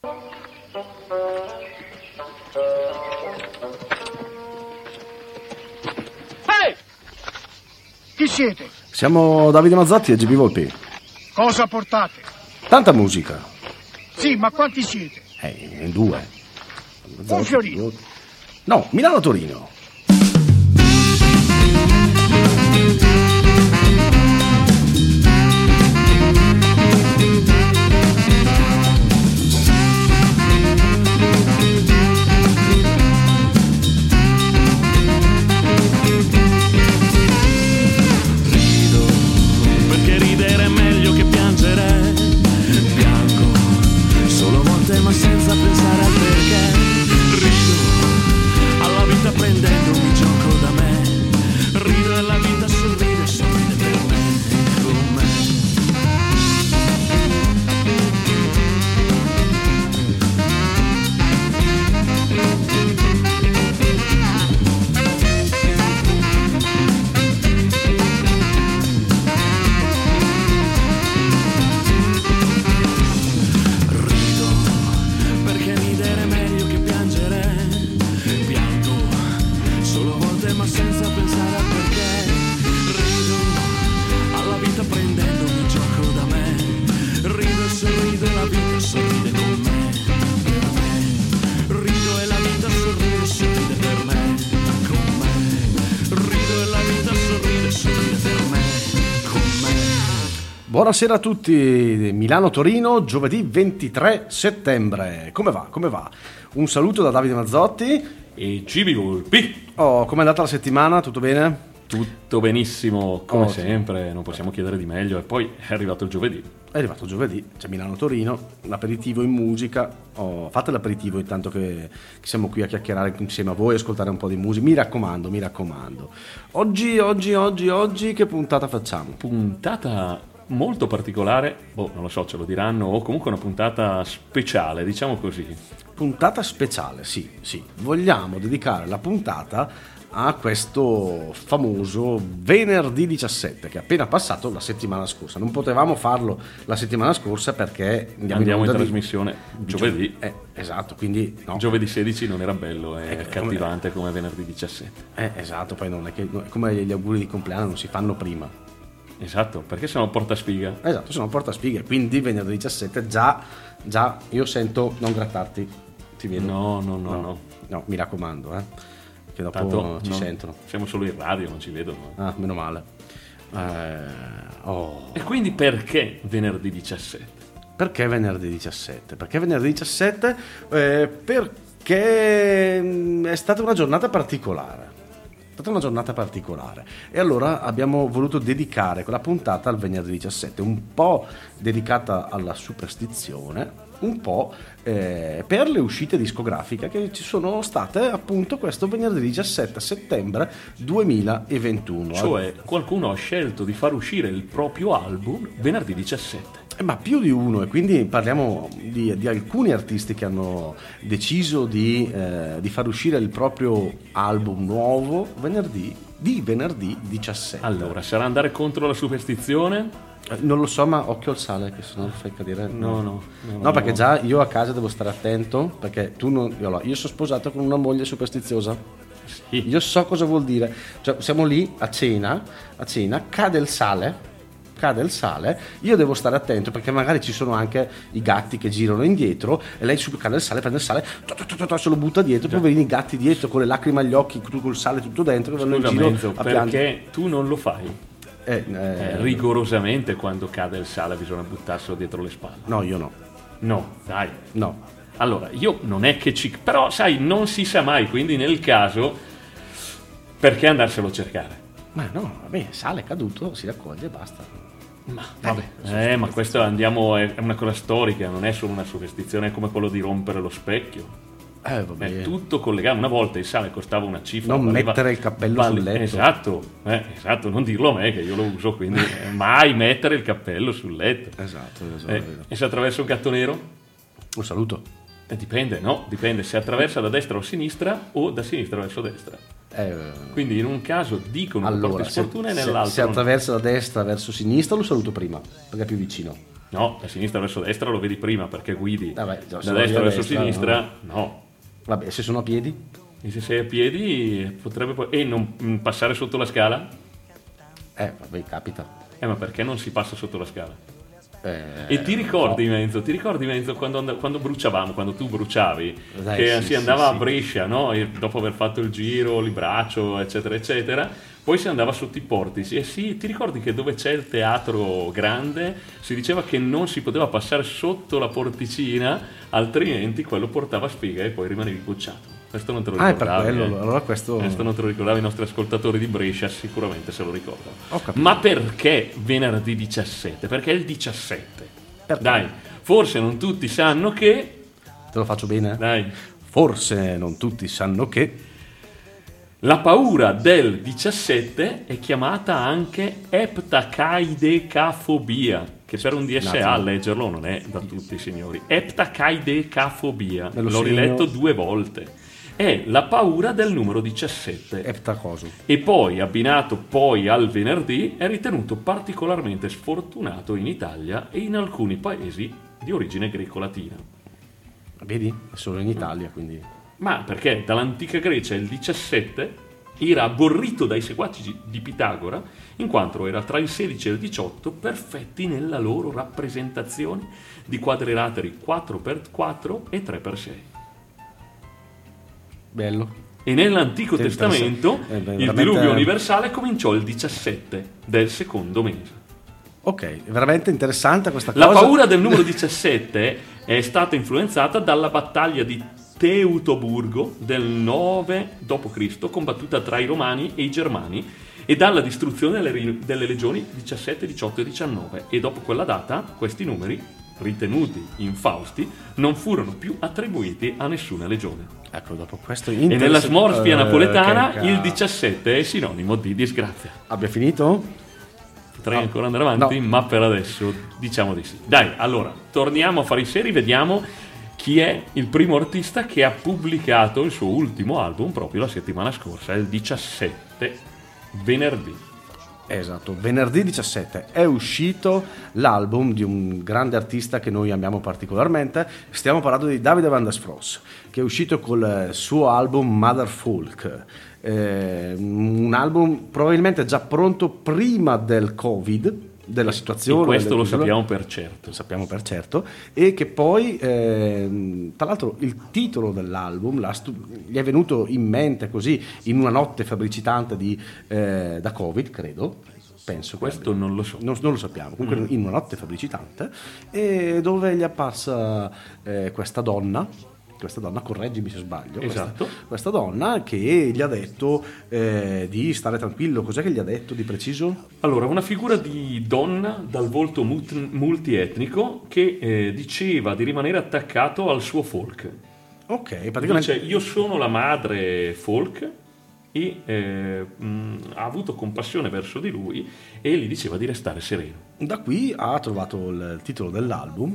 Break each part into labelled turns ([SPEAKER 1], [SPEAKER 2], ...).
[SPEAKER 1] Ehi! Chi siete?
[SPEAKER 2] Siamo Davide Mazzotti e GB Volpi.
[SPEAKER 1] Cosa portate?
[SPEAKER 2] Tanta musica.
[SPEAKER 1] Sì, ma quanti siete?
[SPEAKER 2] In due.
[SPEAKER 1] Un fiorino.
[SPEAKER 2] No, Milano-Torino.
[SPEAKER 3] Ma senza pensare al perché rido alla vita prendendomi gioco da me, rido e la vita sorride, sorride per me, con me. Ma senza pensare al perché rido alla vita prendendomi gioco da me, rido e sorrido e la vita sorride con me, per me, rido e la vita sorride, sorride per me, con me, rido e la vita sorride, sorride per me, con me.
[SPEAKER 2] Buonasera a tutti, Milano-Torino, giovedì 23 settembre. Come va? Come va? Un saluto da Davide Mazzotti
[SPEAKER 4] e GB Volpi.
[SPEAKER 2] Oh, com'è andata la settimana? Tutto bene?
[SPEAKER 4] Tutto benissimo, come sempre, non possiamo chiedere di meglio. E poi è arrivato il giovedì.
[SPEAKER 2] È arrivato il giovedì, c'è Milano-Torino, l'aperitivo in musica. Fate l'aperitivo intanto che siamo qui a chiacchierare insieme a voi, ascoltare un po' di musica. Mi raccomando, mi raccomando. Oggi che puntata facciamo?
[SPEAKER 4] Puntata molto particolare, non lo so, ce lo diranno, o comunque una puntata speciale, diciamo così.
[SPEAKER 2] Puntata speciale, sì. Vogliamo dedicare la puntata a questo famoso venerdì 17 che è appena passato la settimana scorsa. Non potevamo farlo la settimana scorsa perché
[SPEAKER 4] andiamo in trasmissione giovedì.
[SPEAKER 2] Esatto, quindi no.
[SPEAKER 4] Giovedì 16 non era bello, è cattivante come venerdì 17.
[SPEAKER 2] Esatto, poi non è che come gli auguri di compleanno non si fanno prima.
[SPEAKER 4] Esatto, perché sono porta sfiga.
[SPEAKER 2] Esatto, sono porta sfiga, quindi venerdì 17 già io sento non grattarti. Ti vedo. No, mi raccomando, che dopo tanto ci sentono.
[SPEAKER 4] Siamo solo in radio, non ci vedono.
[SPEAKER 2] Ah, meno male.
[SPEAKER 4] E quindi perché venerdì 17?
[SPEAKER 2] Perché venerdì 17? Perché venerdì 17? Perché è stata una giornata particolare. E allora abbiamo voluto dedicare quella puntata al venerdì 17, un po' dedicata alla superstizione, un po' per le uscite discografiche che ci sono state appunto questo venerdì 17 settembre 2021.
[SPEAKER 4] Cioè qualcuno ha scelto di far uscire il proprio album venerdì 17.
[SPEAKER 2] Ma più di uno, e quindi parliamo di alcuni artisti che hanno deciso di far uscire il proprio album nuovo venerdì 17.
[SPEAKER 4] Allora, sarà andare contro la superstizione?
[SPEAKER 2] Non lo so, ma occhio al sale, che se no fai cadere.
[SPEAKER 4] No,
[SPEAKER 2] perché già io a casa devo stare attento, perché io sono sposato con una moglie superstiziosa. Sì. Io so cosa vuol dire. Cioè, siamo lì a cena, cade il sale, io devo stare attento perché magari ci sono anche i gatti che girano indietro e lei subito cade il sale, prende il sale, se lo butta dietro, poi vedono i gatti dietro con le lacrime agli occhi, col sale tutto dentro, che vanno in giro
[SPEAKER 4] Enzo, perché tu non lo fai? Rigorosamente quando cade il sale bisogna buttarselo dietro le spalle.
[SPEAKER 2] No, io no.
[SPEAKER 4] No, dai.
[SPEAKER 2] No.
[SPEAKER 4] Allora, io non è che però sai, non si sa mai, quindi nel caso perché andarselo a cercare?
[SPEAKER 2] Ma no, vabbè, sale caduto, si raccoglie e basta.
[SPEAKER 4] Ma vabbè, ma questo è una cosa storica, non è solo una superstizione, è come quello di rompere lo specchio. È tutto collegato. Una volta il sale costava una cifra.
[SPEAKER 2] Non mettere il cappello sul letto.
[SPEAKER 4] Esatto, non dirlo a me che io lo uso, quindi mai mettere il cappello sul letto.
[SPEAKER 2] Esatto.
[SPEAKER 4] E se attraversa un gatto nero?
[SPEAKER 2] Un saluto.
[SPEAKER 4] Dipende se attraversa da destra o sinistra o da sinistra verso destra. Quindi in un caso dicono che porti sfortuna e nell'altro
[SPEAKER 2] se attraversa da destra verso sinistra lo saluto prima perché è più vicino.
[SPEAKER 4] No, da sinistra verso destra lo vedi prima perché guidi.
[SPEAKER 2] Vabbè,
[SPEAKER 4] da destra verso sinistra, no.
[SPEAKER 2] Vabbè, se sono a piedi?
[SPEAKER 4] E se sei a piedi potrebbe poi... E non passare sotto la scala?
[SPEAKER 2] Vabbè, capita.
[SPEAKER 4] Ma perché non si passa sotto la scala? E ti ricordi, Menzo, quando bruciavamo, quando tu bruciavi, che si andava a Brescia, no? E dopo aver fatto il giro, Libraccio, eccetera, eccetera, poi si andava sotto i portici. E sì, ti ricordi che dove c'è il teatro grande si diceva che non si poteva passare sotto la porticina, altrimenti quello portava sfiga e poi rimanevi bocciato. Questo non te lo ricordavi.
[SPEAKER 2] È per quello, allora questo
[SPEAKER 4] non te lo ricordavi, i nostri ascoltatori di Brescia sicuramente se lo ricordano. Ma perché venerdì 17? Perché è il 17. Perché? Dai, forse non tutti sanno che...
[SPEAKER 2] Te lo faccio bene?
[SPEAKER 4] Dai.
[SPEAKER 2] Forse non tutti sanno che...
[SPEAKER 4] La paura del 17 è chiamata anche eptacaidecafobia, che per un DSA leggerlo non è da tutti, signori. Eptacaidecafobia, l'ho riletto 2 volte. È la paura del numero 17.
[SPEAKER 2] Eptacoso.
[SPEAKER 4] E poi, abbinato poi al venerdì, è ritenuto particolarmente sfortunato in Italia e in alcuni paesi di origine greco-latina.
[SPEAKER 2] Vedi? È solo in Italia, quindi...
[SPEAKER 4] Ma perché dall'antica Grecia il 17 era aborrito dai seguaci di Pitagora, in quanto era tra il 16 e il 18 perfetti nella loro rappresentazione di quadrilateri 4x4 e 3x6.
[SPEAKER 2] Bello.
[SPEAKER 4] E nell'Antico Testamento il diluvio universale cominciò il 17 del secondo mese.
[SPEAKER 2] Ok, è veramente interessante questa cosa.
[SPEAKER 4] La paura del numero 17 è stata influenzata dalla battaglia di Teutoburgo del 9 d.C., combattuta tra i Romani e i Germani, e dalla distruzione delle legioni 17, 18 e 19. E dopo quella data, questi numeri, ritenuti infausti, non furono più attribuiti a nessuna legione.
[SPEAKER 2] Ecco, dopo questo
[SPEAKER 4] e nella smorfia napoletana il 17 è sinonimo di disgrazia.
[SPEAKER 2] Abbia finito?
[SPEAKER 4] Potrei ancora andare avanti, no. Ma per adesso diciamo di sì. Dai, allora, torniamo a fare i seri, vediamo chi è il primo artista che ha pubblicato il suo ultimo album proprio la settimana scorsa, il 17, venerdì.
[SPEAKER 2] Esatto, venerdì 17 è uscito l'album di un grande artista che noi amiamo particolarmente. Stiamo parlando di Davide Van der Sfroos, che è uscito col suo album Mother Folk, un album probabilmente già pronto prima del Covid, della situazione.
[SPEAKER 4] E questo lo sappiamo per certo.
[SPEAKER 2] Lo sappiamo per certo. E che poi, tra l'altro, il titolo dell'album gli è venuto in mente così in una notte febbricitante da Covid, credo. Penso
[SPEAKER 4] questo non lo so.
[SPEAKER 2] Non lo sappiamo. Comunque, in una notte febbricitante, e dove gli è apparsa questa donna, correggimi se sbaglio,
[SPEAKER 4] esatto.
[SPEAKER 2] questa donna che gli ha detto di stare tranquillo. Cos'è che gli ha detto di preciso?
[SPEAKER 4] Allora, una figura di donna dal volto multietnico che diceva di rimanere attaccato al suo folk.
[SPEAKER 2] Ok, praticamente
[SPEAKER 4] dice: io sono la madre folk, e ha avuto compassione verso di lui e gli diceva di restare sereno.
[SPEAKER 2] Da qui ha trovato il titolo dell'album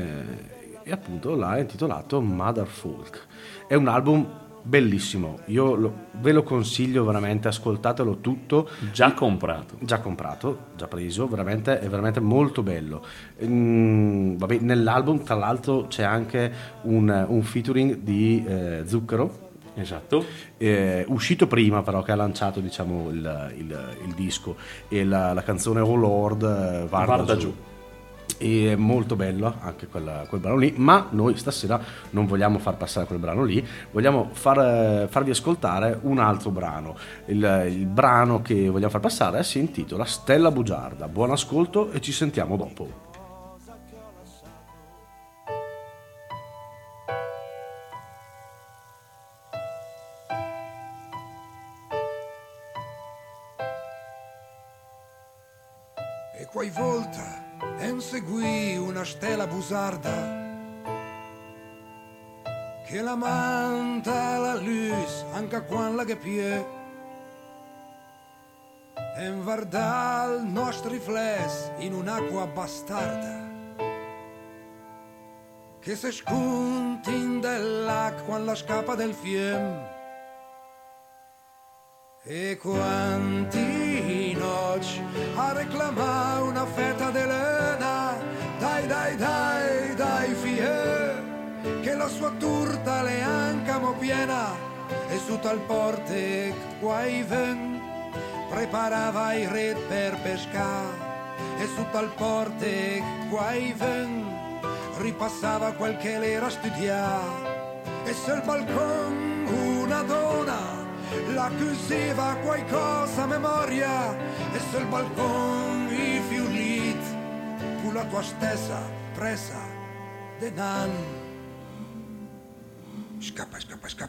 [SPEAKER 2] e appunto l'ha intitolato Mother Folk. È un album bellissimo, ve lo consiglio veramente, ascoltatelo tutto.
[SPEAKER 4] Già comprato,
[SPEAKER 2] già preso, è veramente molto bello. Vabbè, nell'album tra l'altro c'è anche un featuring di Zucchero.
[SPEAKER 4] Esatto.
[SPEAKER 2] Uscito prima però che ha lanciato, diciamo, il disco, e la canzone Oh Lord Varda giù. E è molto bello anche quel brano lì, ma noi stasera non vogliamo far passare quel brano lì, vogliamo farvi ascoltare un altro brano. Il brano che vogliamo far passare si intitola Stella Bugiarda. Buon ascolto e ci sentiamo dopo.
[SPEAKER 5] E quai volta seguì una stella busarda che la manta la luz anche quando che pie e guarda il nostro riflesso in un'acqua bastarda che si sconti dell'acqua quando scappa del fiemme. E quanti noci a reclamare una fetta di lena dai dai fie, che la sua turta le ancamo piena, e su tal porte guai ven, preparava i red per pescar, e su tal porte guai ven, ripassava quel che l'era studiato, e sul balcon una donna la chiuseva qualcosa a memoria, e sul balcon i fiulit con la tua stessa presa de nan. Scappa,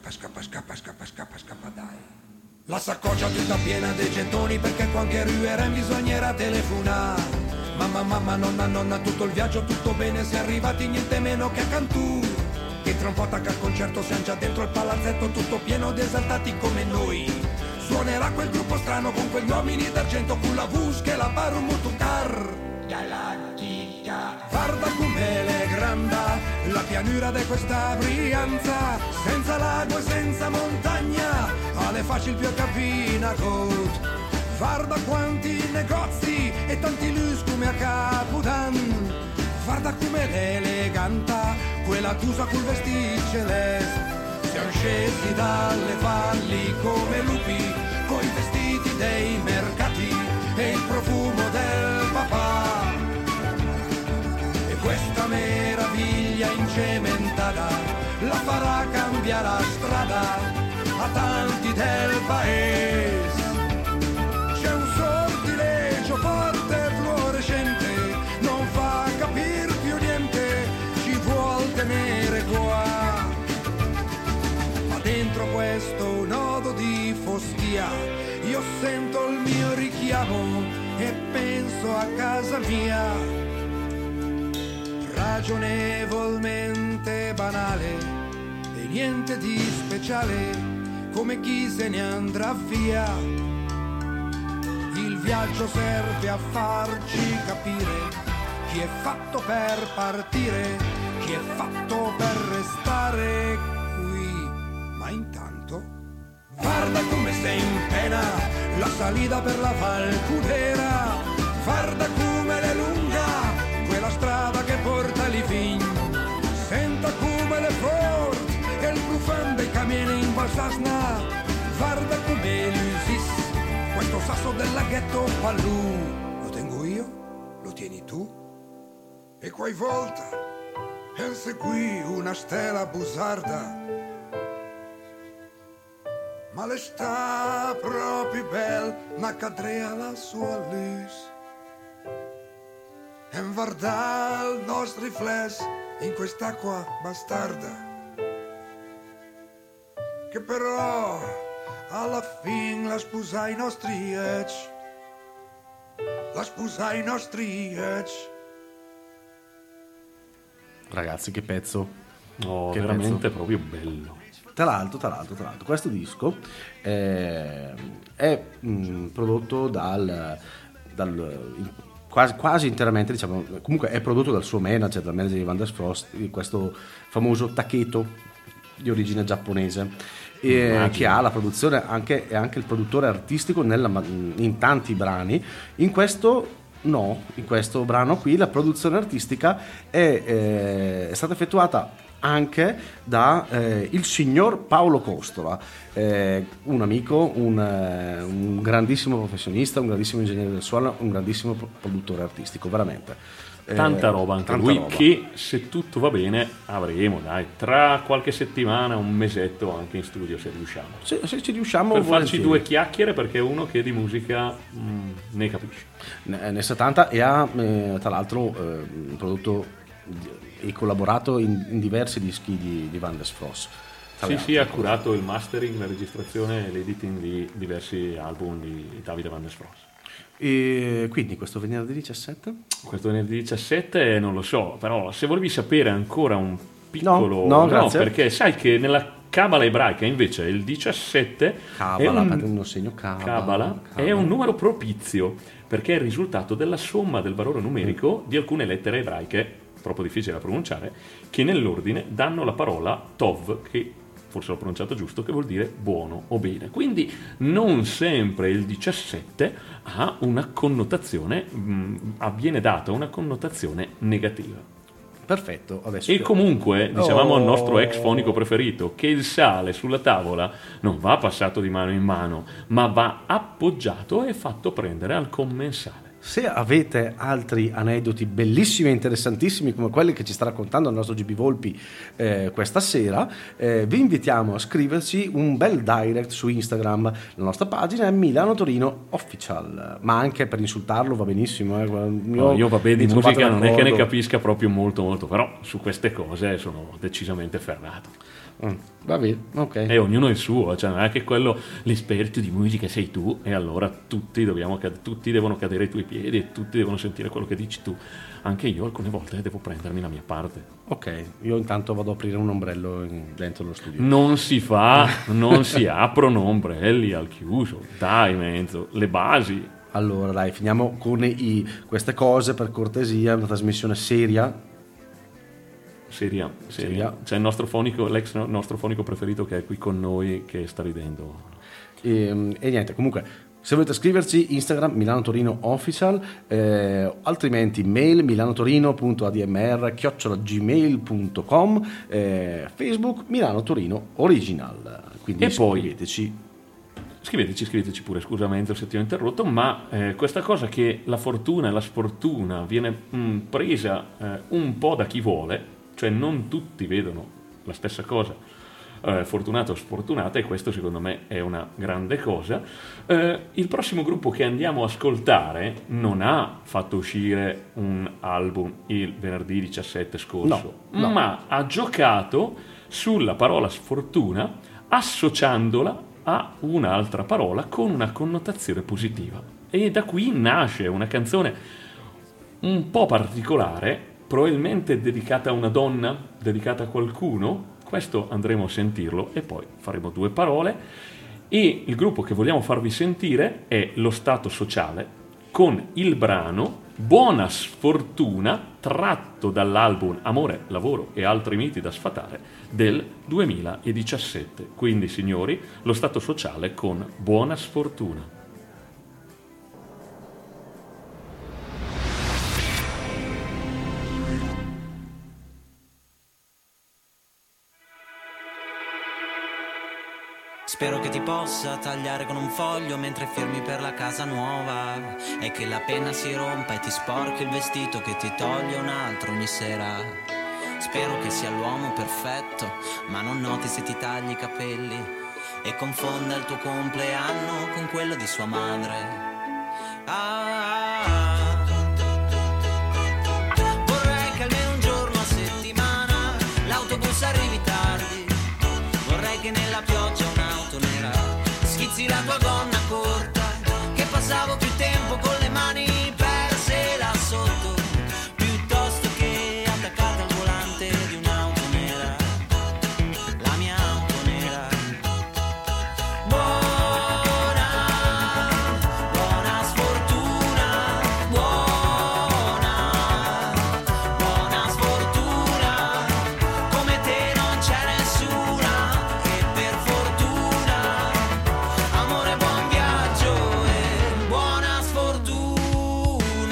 [SPEAKER 5] dai. La saccoccia tutta piena di gettoni, perché qualche ruere bisognerà telefonare. Mamma, nonna, tutto il viaggio tutto bene, si è arrivati niente meno che a Cantù. Che tra un po' attacca al concerto, siamo già dentro il palazzetto tutto pieno di esaltati come noi. Suonerà quel gruppo strano con quegli uomini d'argento, con la voce che la pare un mutucar. Guarda come le granda la pianura di questa Brianza, senza lago e senza montagna, alle facili più capina code. Guarda quanti negozi e tanti lus come a Capodan. Guarda come l'eleganta quella tusa col vestito celeste. Siamo scesi dalle valli come lupi, coi vestiti dei mercati e il profumo del papà. E questa meraviglia incementata la farà cambiare la strada a tanti del paese. C'è un sortilegio forte e fluorescente, non fa capire più niente, ci vuol tenere qua. Ma dentro questo nodo di foschia io sento il mio richiamo e penso a casa mia. Ragionevolmente banale e niente di speciale, come chi se ne andrà via. Il viaggio serve a farci capire chi è fatto per partire, chi è fatto per restare qui. Ma intanto guarda come sei in pena la salita per la Val Cudera, guarda come è lunga quella strada che porta lì fin, senta come le forti e il profum dei camieni in Valsasna, guarda come l'usis questo sasso del laghetto Pallù. Lo tengo io, lo tieni tu, e quai volta pensi qui una stella bussarda, ma le sta proprio bel, ma cadrea la sua luce. E guarda il nostro riflesso in quest'acqua bastarda, che però alla fine la sposa i nostri ecci, la sposa i nostri ecci.
[SPEAKER 2] Ragazzi, che pezzo!
[SPEAKER 4] Oh,
[SPEAKER 2] che
[SPEAKER 4] veramente
[SPEAKER 2] pezzo.
[SPEAKER 4] Proprio bello.
[SPEAKER 2] Tra l'altro, questo disco è prodotto quasi interamente, diciamo, comunque è prodotto dal suo manager, dal manager di Van der Frost, questo famoso Taketo di origine giapponese, che ha la produzione, è anche il produttore artistico in tanti brani. In questo brano qui la produzione artistica è stata effettuata anche da il signor Paolo Costola, un amico, un grandissimo professionista, un grandissimo ingegnere del suono, un grandissimo produttore artistico, veramente.
[SPEAKER 4] Tanta roba anche
[SPEAKER 2] tanta
[SPEAKER 4] lui,
[SPEAKER 2] roba.
[SPEAKER 4] Che se tutto va bene avremo, tra qualche settimana, un mesetto anche in studio, se riusciamo.
[SPEAKER 2] Se ci riusciamo,
[SPEAKER 4] per farci due chiacchiere, perché è uno che di musica ne capisce.
[SPEAKER 2] Ne sa tanta, e ha tra l'altro prodotto e collaborato in diversi dischi di Van der Frost.
[SPEAKER 4] Sì, ha curato il mastering, la registrazione e l'editing di diversi album di Davide Van der Frost.
[SPEAKER 2] E quindi questo venerdì 17?
[SPEAKER 4] Questo venerdì 17 non lo so, però se volevi sapere ancora un piccolo...
[SPEAKER 2] No, grazie.
[SPEAKER 4] Perché sai che nella Cabala ebraica invece il 17 Cabala è un numero propizio, perché è il risultato della somma del valore numerico di alcune lettere ebraiche, troppo difficile da pronunciare, che nell'ordine danno la parola Tov, che forse l'ho pronunciato giusto, che vuol dire buono o bene. Quindi non sempre il 17 ha una connotazione, viene data una connotazione negativa.
[SPEAKER 2] Perfetto. Adesso
[SPEAKER 4] e comunque dicevamo al nostro ex fonico preferito che il sale sulla tavola non va passato di mano in mano, ma va appoggiato e fatto prendere al commensale.
[SPEAKER 2] Se avete altri aneddoti bellissimi e interessantissimi come quelli che ci sta raccontando il nostro GB Volpi questa sera, vi invitiamo a scriverci un bel direct su Instagram. La nostra pagina è Milano Torino Official, ma anche per insultarlo va benissimo.
[SPEAKER 4] Io vabbè, di musica non è che ne capisca proprio molto, però su queste cose sono decisamente ferrato.
[SPEAKER 2] Va bene, ok.
[SPEAKER 4] E ognuno il suo, cioè non è che quello l'esperto di musica sei tu e allora tutti devono cadere ai tuoi piedi e tutti devono sentire quello che dici tu. Anche io alcune volte devo prendermi la mia parte.
[SPEAKER 2] Ok, io intanto vado ad aprire un ombrello dentro lo studio.
[SPEAKER 4] Non si aprono ombrelli al chiuso, dai Menzo, le basi.
[SPEAKER 2] Allora dai, finiamo con queste cose per cortesia, una trasmissione seria.
[SPEAKER 4] Seria. C'è il nostro fonico, l'ex nostro fonico preferito che è qui con noi che sta ridendo.
[SPEAKER 2] E niente, comunque se volete scriverci Instagram Milano Torino Official, altrimenti mail milanotorino.admr@gmail.com, Facebook Milano Torino Original, quindi
[SPEAKER 4] e
[SPEAKER 2] scriveteci.
[SPEAKER 4] Scriveteci pure, scusa Menzo se ti ho interrotto, ma questa cosa che la fortuna e la sfortuna viene presa un po' da chi vuole, cioè non tutti vedono la stessa cosa, fortunata o sfortunata, e questo secondo me è una grande cosa. Il prossimo gruppo che andiamo a ascoltare non ha fatto uscire un album il venerdì 17 scorso,
[SPEAKER 2] no.
[SPEAKER 4] ma ha giocato sulla parola sfortuna associandola a un'altra parola con una connotazione positiva, e da qui nasce una canzone un po' particolare, probabilmente dedicata a una donna, dedicata a qualcuno. Questo andremo a sentirlo e poi faremo due parole. E il gruppo che vogliamo farvi sentire è Lo Stato Sociale con il brano Buona Sfortuna, tratto dall'album Amore, Lavoro e altri miti da sfatare del 2017. Quindi signori, Lo Stato Sociale con Buona Sfortuna.
[SPEAKER 6] Spero che ti possa tagliare con un foglio mentre firmi per la casa nuova, e che la penna si rompa e ti sporchi il vestito che ti toglie un altro ogni sera. Spero che sia l'uomo perfetto, ma non noti se ti tagli i capelli e confonda il tuo compleanno con quello di sua madre. Vorrei che almeno un giorno a settimana l'autobus arrivi tardi. Vorrei che nella pioggia un'auto nera schizzi la tua gonna corta, che passavo più tempo con le mani perse là sotto, piuttosto che attaccata al volante di un'auto nera, la mia auto nera. Buona sfortuna, buona sfortuna, come te non c'è nessuna, e per fortuna, amore, buon viaggio e buona sfortuna.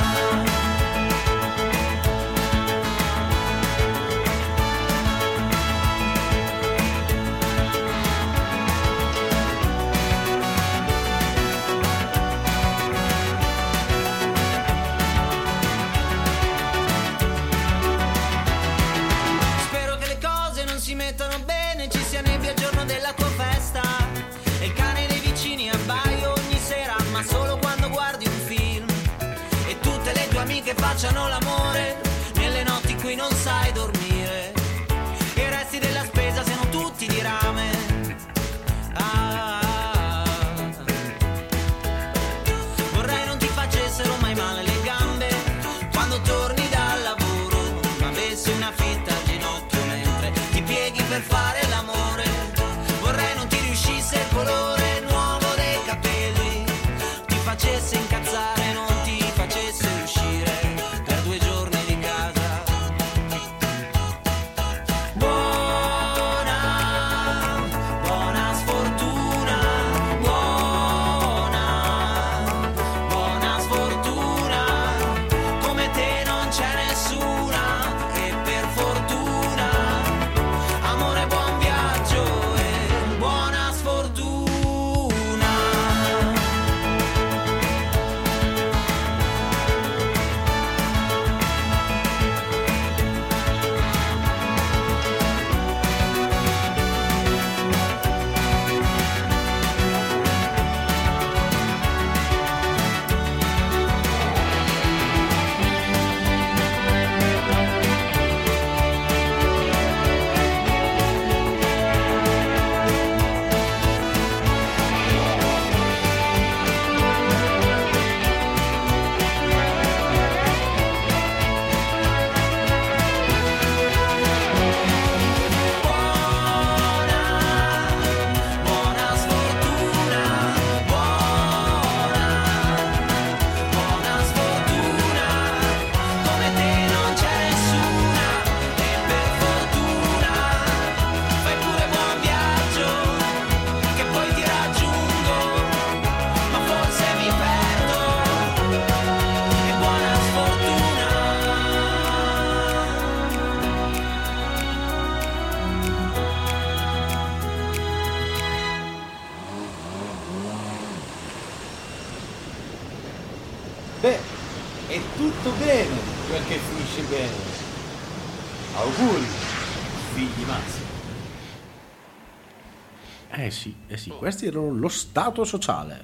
[SPEAKER 6] Spero che le cose non si mettano bene, ci sia nebbia il giorno della tua festa e il cane dei vicini abbaia ogni sera, ma solo quando guardi un film, e tutte le tue amiche facciano l'amore nelle notti in cui non sai dormire, e i resti della spesa siano tutti di rame. Vorrei non ti facessero mai male le gambe quando torni dal lavoro, ma avessi una fitta al ginocchio mentre ti pieghi per fare l'amore. Vorrei non ti riuscisse il colore nuovo dei capelli, ti facesse incazzare, non ti facesse uscire per 2 giorni di casa. Buona sfortuna, buona sfortuna, come te non c'è nessuna, e
[SPEAKER 2] tutto bene perché finisce bene. Auguri, figli mazzi. Sì, questi erano lo stato sociale.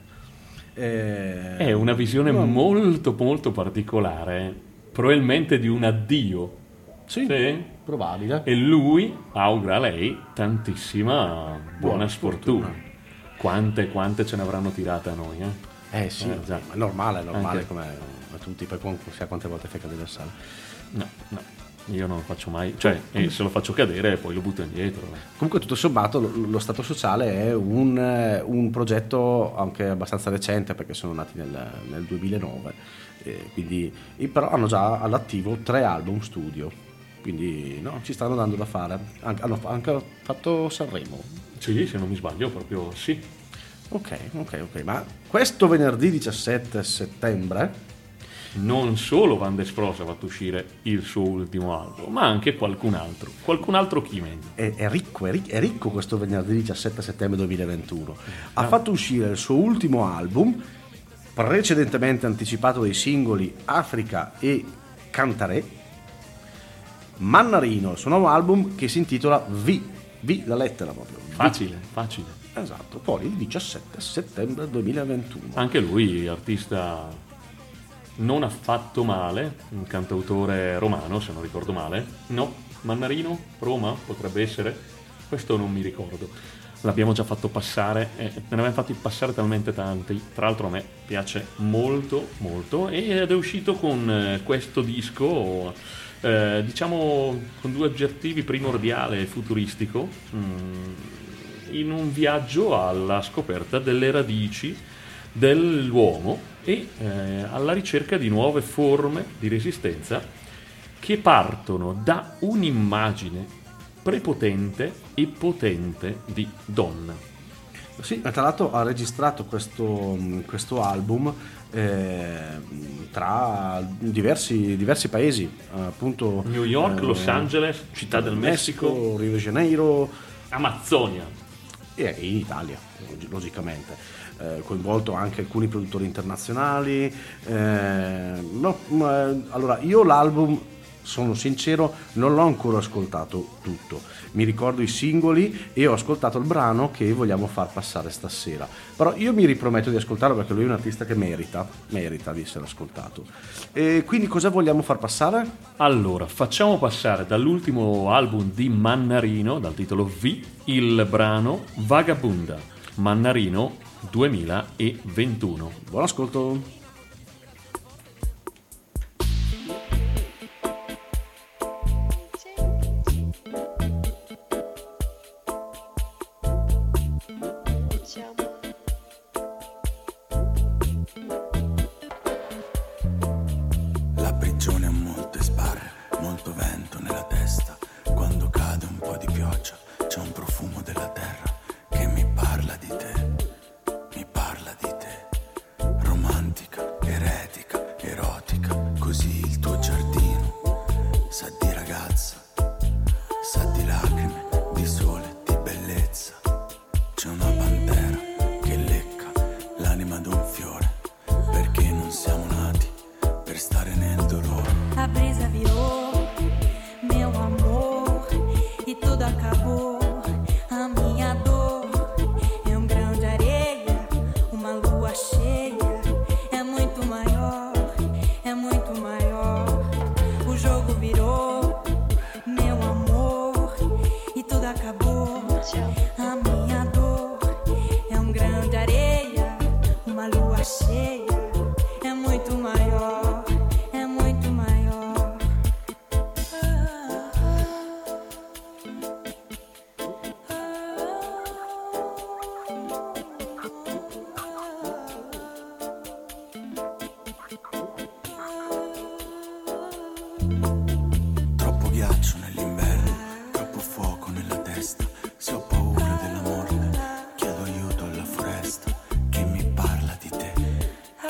[SPEAKER 4] È una visione molto molto particolare, probabilmente di un addio.
[SPEAKER 2] Sì, probabile.
[SPEAKER 4] E lui augura a lei tantissima buona sfortuna. Quante ce ne avranno tirate a noi,
[SPEAKER 2] Sì, già. È normale anche come a tutti, poi sai quante volte fai cadere il sale.
[SPEAKER 4] No, io non lo faccio mai, cioè se lo faccio cadere poi lo butto indietro.
[SPEAKER 2] Comunque tutto sommato lo Stato Sociale è un progetto anche abbastanza recente, perché sono nati nel 2009, quindi, però hanno già all'attivo 3 album studio, quindi ci stanno dando da fare. Hanno anche fatto Sanremo.
[SPEAKER 4] Sì, se non mi sbaglio proprio sì.
[SPEAKER 2] Ok, ma questo venerdì 17 settembre
[SPEAKER 4] non solo Van der Spross ha fatto uscire il suo ultimo album, ma anche qualcun altro chi meglio.
[SPEAKER 2] È ricco questo venerdì 17 settembre 2021. Ha fatto uscire il suo ultimo album, precedentemente anticipato dai singoli Africa e Cantaré, Mannarino, il suo nuovo album che si intitola V, la lettera proprio.
[SPEAKER 4] Facile.
[SPEAKER 2] Esatto, poi il 17 settembre 2021.
[SPEAKER 4] Anche lui artista non affatto male, un cantautore romano se non ricordo male. No, Mannarino, Roma potrebbe essere, questo non mi ricordo. L'abbiamo già fatto passare, ne abbiamo fatti passare talmente tanti. Tra l'altro a me piace molto molto ed è uscito con questo disco diciamo con 2 aggettivi, primordiale e futuristico, in un viaggio alla scoperta delle radici dell'uomo e alla ricerca di nuove forme di resistenza che partono da un'immagine prepotente e potente di donna.
[SPEAKER 2] Sì, tra l'altro ha registrato questo album tra diversi paesi, appunto
[SPEAKER 4] New York, Los Angeles, Città del Messico,
[SPEAKER 2] Rio de Janeiro,
[SPEAKER 4] Amazzonia
[SPEAKER 2] e in Italia, logicamente. Coinvolto anche alcuni produttori internazionali. Allora, io l'album, sono sincero, non l'ho ancora ascoltato tutto. Mi ricordo i singoli e ho ascoltato il brano che vogliamo far passare stasera. Però io mi riprometto di ascoltarlo, perché lui è un artista che merita di essere ascoltato. E quindi cosa vogliamo far passare?
[SPEAKER 4] Allora, facciamo passare dall'ultimo album di Mannarino, dal titolo V, il brano Vagabunda, Mannarino 2021.
[SPEAKER 2] Buon ascolto.
[SPEAKER 5] La prigione ha molte sbarre, molto vento nella testa. Quando cade un po' di pioggia, c'è un profumo della terra che mi parla di te. Romantica, eretica, erotica, così il tuo giardino sa di ragazza, sa di lacrime, di sole, di bellezza. C'è una pantera che lecca l'anima d'un fiore, perché non siamo nati per stare nel dolore.
[SPEAKER 7] A brisa virou, meu amor, e tudo acabou. A minha dor é grão de areia, uma lua cheia. É muito maior, o jogo virou, meu amor, e tudo acabou. A minha dor é grão de areia, uma lua cheia. É muito maior, é muito maior.
[SPEAKER 5] Troppo ghiaccio nell'inverno, troppo fuoco nella testa. Se ho paura della morte, chiedo aiuto alla foresta che mi parla di te.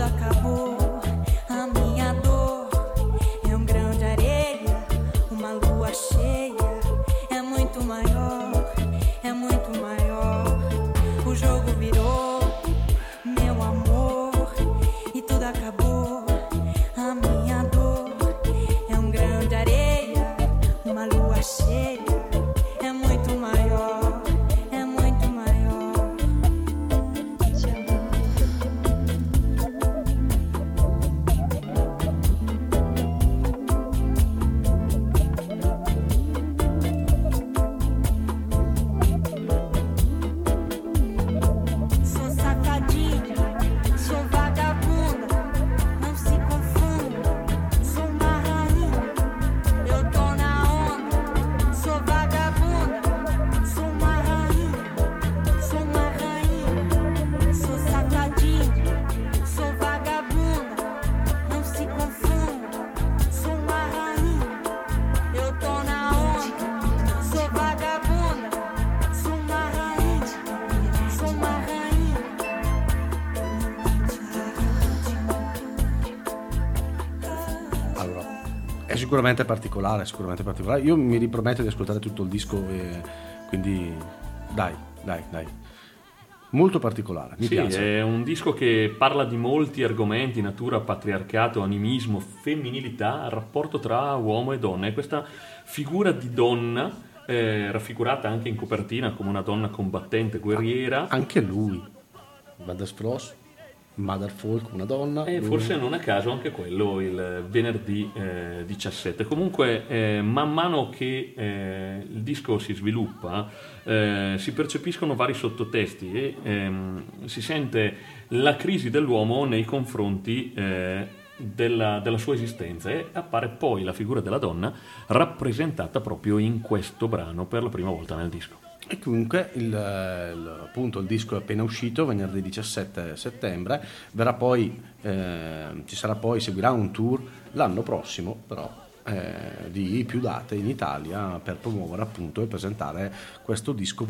[SPEAKER 7] tudo acabou. A minha dor é grande areia, uma lua cheia, é muito maior, é muito maior. O jogo virou, meu amor, e tudo acabou. A minha dor é grande areia, uma lua cheia, é muito maior, é muito maior. Sou safadinha, sou vagabunda, não se confunda, sou uma rainha, eu tô na onda. Sou vagabunda, sou uma rainha, sou uma rainha. Sou safadinha, sou vagabunda, não se confunda, sou uma rainha, eu tô na onda. Sou vagabunda, sou uma rainha, sou uma rainha.
[SPEAKER 2] Allora, è sicuramente particolare, sicuramente particolare. Io mi riprometto di ascoltare tutto il disco, e quindi dai. Molto particolare, mi
[SPEAKER 4] Sì,
[SPEAKER 2] piace.
[SPEAKER 4] è un disco che parla di molti argomenti: natura, patriarcato, animismo, femminilità, rapporto tra uomo e donna. E questa figura di donna, raffigurata anche in copertina come una donna combattente, guerriera.
[SPEAKER 2] Anche lui, Mother Frost, Mother Folk, una donna.
[SPEAKER 4] E
[SPEAKER 2] lui-
[SPEAKER 4] forse non a caso anche quello il venerdì 17. Comunque man mano che il disco si sviluppa si percepiscono vari sottotesti e si sente la crisi dell'uomo nei confronti della sua esistenza, e appare poi la figura della donna rappresentata proprio in questo brano per la prima volta nel disco.
[SPEAKER 2] E comunque appunto il disco è appena uscito venerdì 17 settembre, verrà poi seguirà un tour l'anno prossimo, però di più date in Italia per promuovere appunto e presentare questo disco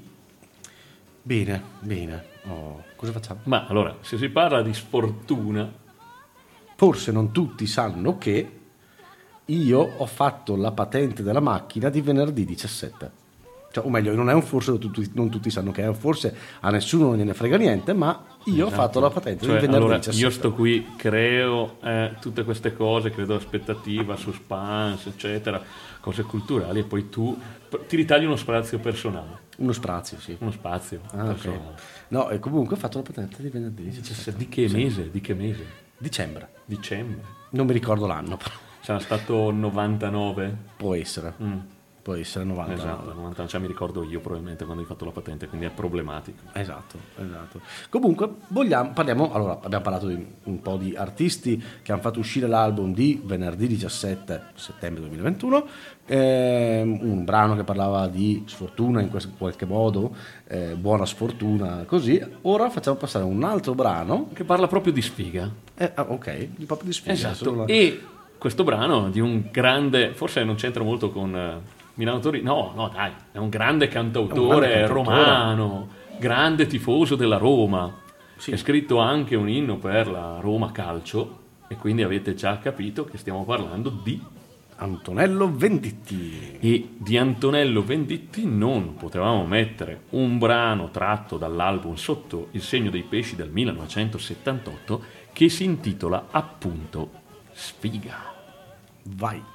[SPEAKER 2] Bene. Cosa facciamo?
[SPEAKER 4] Ma allora, se si parla di sfortuna,
[SPEAKER 2] Forse non tutti sanno che io ho fatto la patente della macchina di venerdì 17. Cioè, o meglio, non è un forse, non tutti sanno che è un forse, a nessuno non gliene frega niente, ma io ho fatto la patente
[SPEAKER 4] cioè,
[SPEAKER 2] di venerdì
[SPEAKER 4] allora,
[SPEAKER 2] 17.
[SPEAKER 4] io sto qui, creo tutte queste cose, credo aspettativa, suspense, eccetera, cose culturali, e poi tu ti ritagli uno spazio personale.
[SPEAKER 2] Uno spazio, sì.
[SPEAKER 4] Uno spazio
[SPEAKER 2] Ah,
[SPEAKER 4] personale.
[SPEAKER 2] ok. No, e comunque ho fatto la patente di venerdì 17.
[SPEAKER 4] Di che mese? Di che mese?
[SPEAKER 2] Dicembre.
[SPEAKER 4] Dicembre.
[SPEAKER 2] Non mi ricordo l'anno, però.
[SPEAKER 4] Sarà stato 99?
[SPEAKER 2] Può essere. Può essere 90.
[SPEAKER 4] Esatto, 90, cioè mi ricordo io probabilmente quando hai fatto la patente, quindi è problematico.
[SPEAKER 2] Esatto. Comunque parliamo, allora abbiamo parlato di un po' di artisti che hanno fatto uscire l'album di venerdì 17 settembre 2021, un brano che parlava di sfortuna in qualche modo, buona sfortuna, così. Ora facciamo passare un altro brano
[SPEAKER 4] Che parla proprio di sfiga.
[SPEAKER 2] ok, proprio di sfiga.
[SPEAKER 4] Esatto. E questo brano di un grande, forse non c'entra molto con Milano Torino, no dai, è un grande cantautore romano, grande tifoso della Roma. Sì. È scritto anche un inno per la Roma Calcio, e quindi avete già capito che stiamo parlando di
[SPEAKER 2] Antonello Venditti.
[SPEAKER 4] E di Antonello Venditti non potevamo mettere un brano tratto dall'album Sotto il segno dei pesci del 1978 che si intitola appunto Sfiga.
[SPEAKER 2] Vai.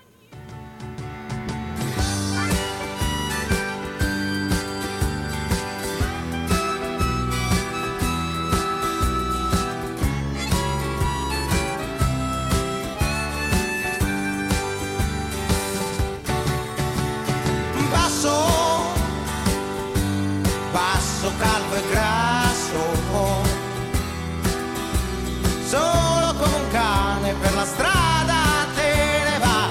[SPEAKER 8] Basso, calvo e grasso, solo come un cane per la strada te ne va.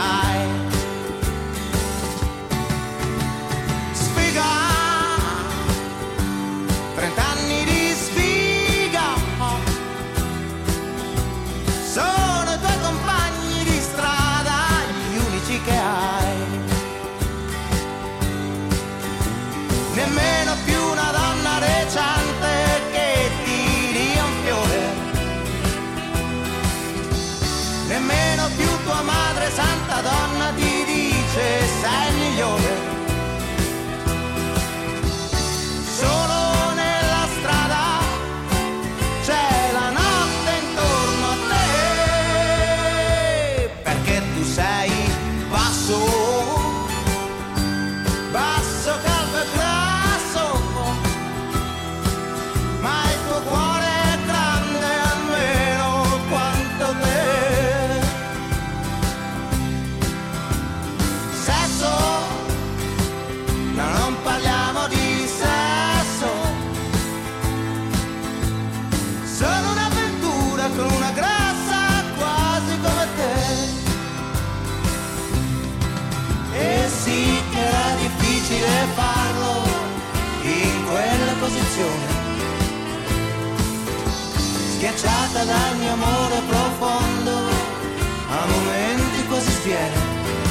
[SPEAKER 8] schiacciata dal mio amore profondo, a momenti quasi spiena.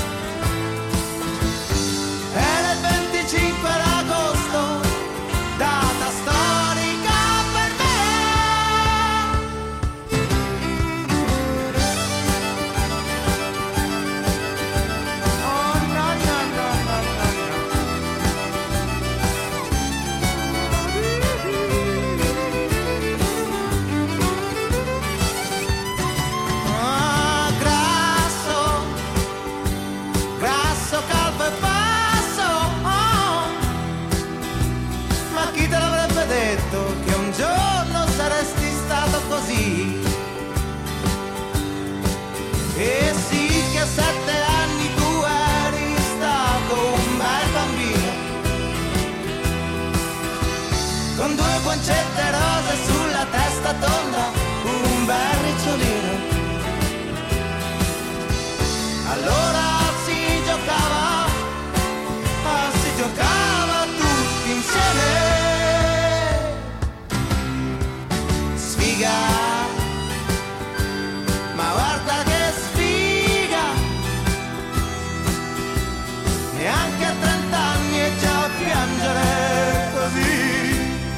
[SPEAKER 8] Era il 25 d'agosto, data storica per me. Oh no no no no no no. Ah, grasso, grasso, calvo e basso, oh. Ma chi te l'avrebbe detto che un giorno saresti stato così? E sì che a 7 anni tu eri stato un bel bambino, con 2 guancette rose sulla testa tonda, un bel ricciolino. Allora si giocava tutti insieme. Sfiga, ma guarda che sfiga, neanche a 30 anni e già a piangere così.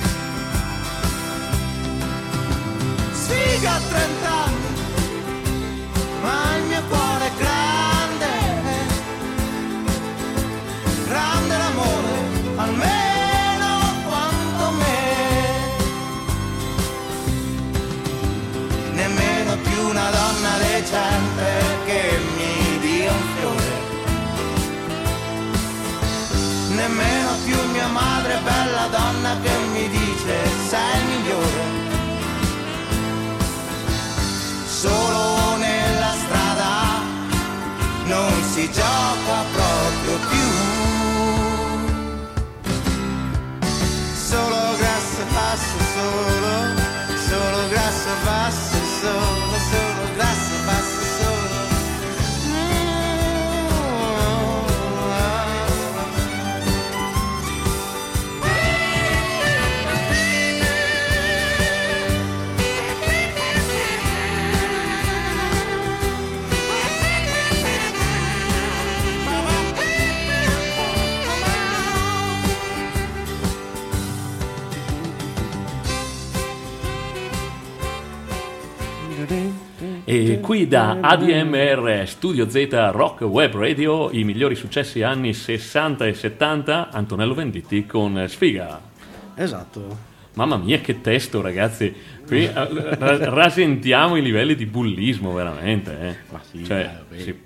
[SPEAKER 8] Sfiga a 30 anni, ma il mio cuore è grande, grande l'amore, almeno quanto me. Nemmeno più una donna decente che mi dia un fiore, nemmeno più mia madre bella donna che mi dice sei il migliore. Solo nella strada non si gioca proprio più. Solo grasso e basso, solo grasso e basso, solo grasso e basso, solo.
[SPEAKER 4] E qui da ADMR Studio Z Rock Web Radio, i migliori successi anni 60 e 70, Antonello Venditti con Sfiga.
[SPEAKER 2] Esatto.
[SPEAKER 4] Mamma mia che testo, ragazzi, qui rasentiamo i livelli di bullismo veramente,
[SPEAKER 2] Ma sì,
[SPEAKER 4] cioè,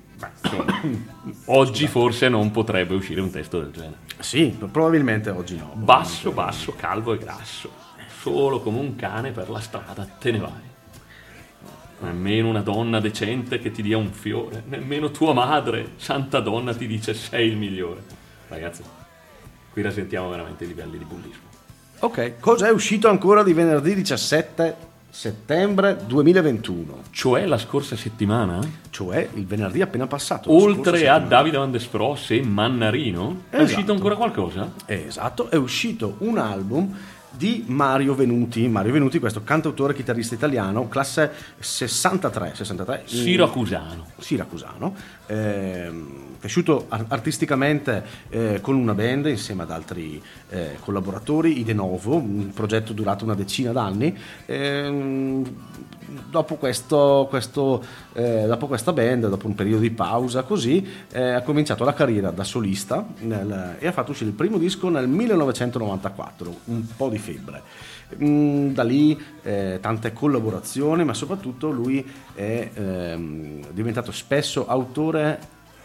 [SPEAKER 4] oggi forse non potrebbe uscire un testo del genere.
[SPEAKER 2] Sì, probabilmente oggi no.
[SPEAKER 4] Basso, calvo e grasso, solo come un cane per la strada te ne vai. Nemmeno una donna decente che ti dia un fiore, nemmeno tua madre, santa donna, ti dice sei il migliore. Ragazzi, qui rasentiamo veramente i livelli di bullismo.
[SPEAKER 2] Ok, cosa è uscito ancora di venerdì 17 settembre 2021?
[SPEAKER 4] Cioè la scorsa settimana?
[SPEAKER 2] Cioè il venerdì appena passato.
[SPEAKER 4] Oltre a Davide Van de Spross e Mannarino,
[SPEAKER 2] esatto.
[SPEAKER 4] È uscito ancora qualcosa?
[SPEAKER 2] Esatto, è uscito un album di Mario Venuti, questo cantautore chitarrista italiano, classe 63 siracusano, cresciuto artisticamente con una band insieme ad altri collaboratori, i De Novo, un progetto durato una decina d'anni. Dopo questa band, dopo un periodo di pausa così, ha cominciato la carriera da solista e ha fatto uscire il primo disco nel 1994, Un po' di febbre. Da lì tante collaborazioni, ma soprattutto lui è diventato spesso autore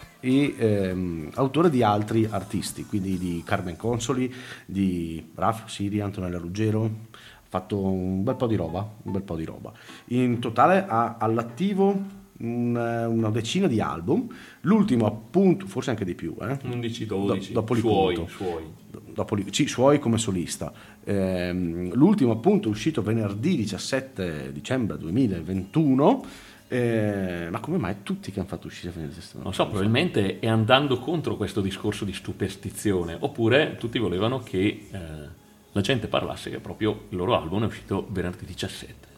[SPEAKER 2] di altri artisti, quindi di Carmen Consoli, di Raf Siri, Antonella Ruggero. Ha fatto un bel po' di roba. In totale ha all'attivo una decina di album, l'ultimo appunto, forse anche di più,
[SPEAKER 4] 11-12
[SPEAKER 2] dopo li conto. Suoi come solista. L'ultimo appunto è uscito venerdì 17 dicembre 2021. Ma come mai tutti che hanno fatto uscire venerdì 17?
[SPEAKER 4] Non so, probabilmente è andando contro questo discorso di superstizione, oppure tutti volevano che la gente parlasse che proprio il loro album è uscito venerdì 17.